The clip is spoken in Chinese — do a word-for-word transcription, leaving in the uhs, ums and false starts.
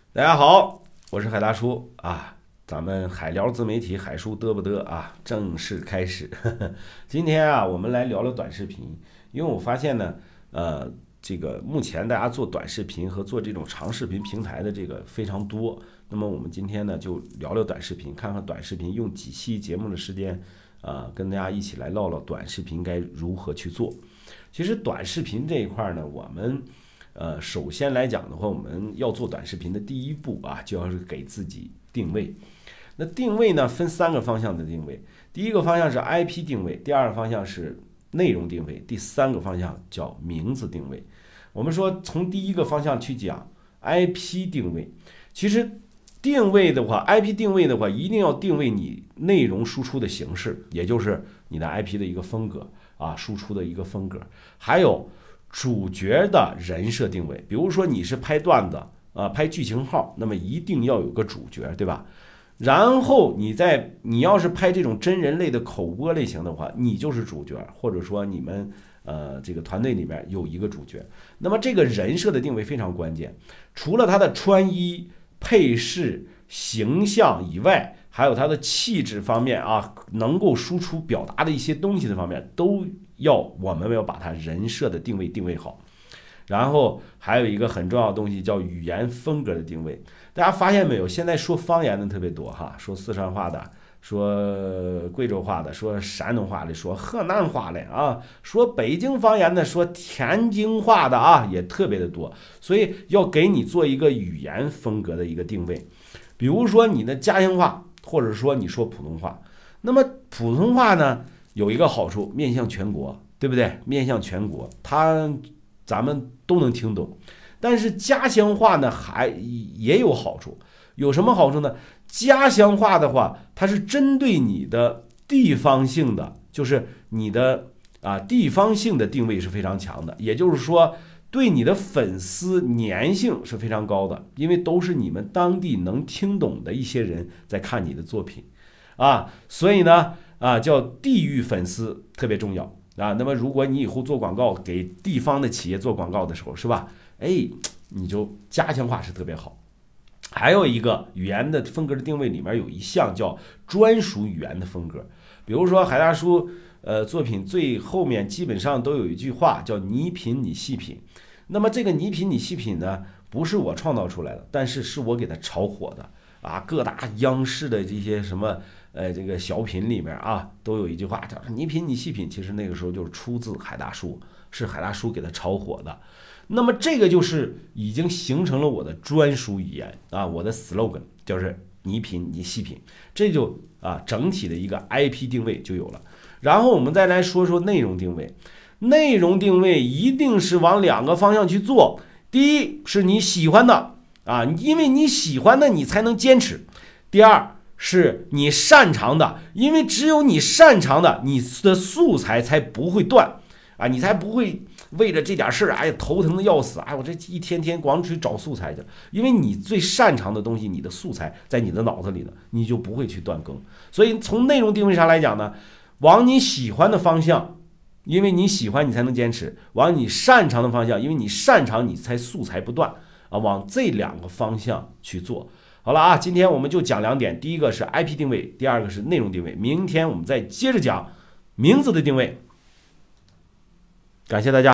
大家好，我是海大叔啊，咱们海聊自媒体海叔嘚不嘚啊，正式开始。今天啊，我们来聊聊短视频，因为我发现呢，呃，这个目前大家做短视频和做这种长视频平台的这个非常多。那么我们今天呢，就聊聊短视频，看看短视频用几期节目的时间，啊、跟大家一起来唠唠短视频该如何去做。其实短视频这一块呢，我们呃，首先来讲的话，我们要做短视频的第一步啊，就要是给自己定位。那定位呢，分三个方向的定位。第一个方向是 I P 定位，第二个方向是内容定位，第三个方向叫名字定位。我们说从第一个方向去讲 I P 定位，其实定位的话 ，I P 定位的话，一定要定位你内容输出的形式，也就是你的 I P 的一个风格啊，输出的一个风格，还有主角的人设定位。比如说你是拍段子啊，拍剧情号，那么一定要有个主角，对吧？然后你在你要是拍这种真人类的口播类型的话，你就是主角，或者说你们呃这个团队里面有一个主角。那么这个人设的定位非常关键，除了他的穿衣、配饰、形象以外，还有他的气质方面啊，能够输出表达的一些东西的方面，都要我们要把他人设的定位定位好。然后还有一个很重要的东西叫语言风格的定位。大家发现没有？现在说方言的特别多哈，说四川话的，说贵州话的，说山东话的，说河南话的啊，说北京方言的，说天津话的啊，也特别的多。所以要给你做一个语言风格的一个定位。比如说你的家乡话，或者说你说普通话，那么普通话呢有一个好处，面向全国，对不对？面向全国，它咱们都能听懂。但是家乡话呢，还也有好处。有什么好处呢？家乡话的话，它是针对你的地方性的，就是你的啊地方性的定位是非常强的。也就是说，对你的粉丝粘性是非常高的，因为都是你们当地能听懂的一些人在看你的作品啊，所以呢啊叫地域粉丝特别重要啊。那么如果你以后做广告给地方的企业做广告的时候，是吧？哎，你就家乡话是特别好。还有一个语言的风格的定位里面有一项叫专属语言的风格，比如说海大叔呃作品最后面基本上都有一句话叫你品你细品。那么这个你品你细品呢，不是我创造出来的，但是是我给它炒火的啊，各大央视的这些什么呃这个小品里面啊，都有一句话叫你品你细品，其实那个时候就是出自海大叔，是海大叔给它炒火的。那么这个就是已经形成了我的专属语言啊，我的 slogan 就是你品你细品，这就啊整体的一个 I P 定位就有了。然后我们再来说说内容定位，内容定位一定是往两个方向去做。第一是你喜欢的啊，因为你喜欢的你才能坚持。第二是你擅长的，因为只有你擅长的，你的素材才不会断啊，你才不会为了这点事儿，哎呀头疼的要死，哎我这一天天光去找素材去了。因为你最擅长的东西，你的素材在你的脑子里呢，你就不会去断更。所以从内容定位上来讲呢，往你喜欢的方向，因为你喜欢你才能坚持；往你擅长的方向，因为你擅长你才素材不断啊，往这两个方向去做。好了啊，今天我们就讲两点，第一个是 I P 定位，第二个是内容定位。明天我们再接着讲名字的定位。感谢大家。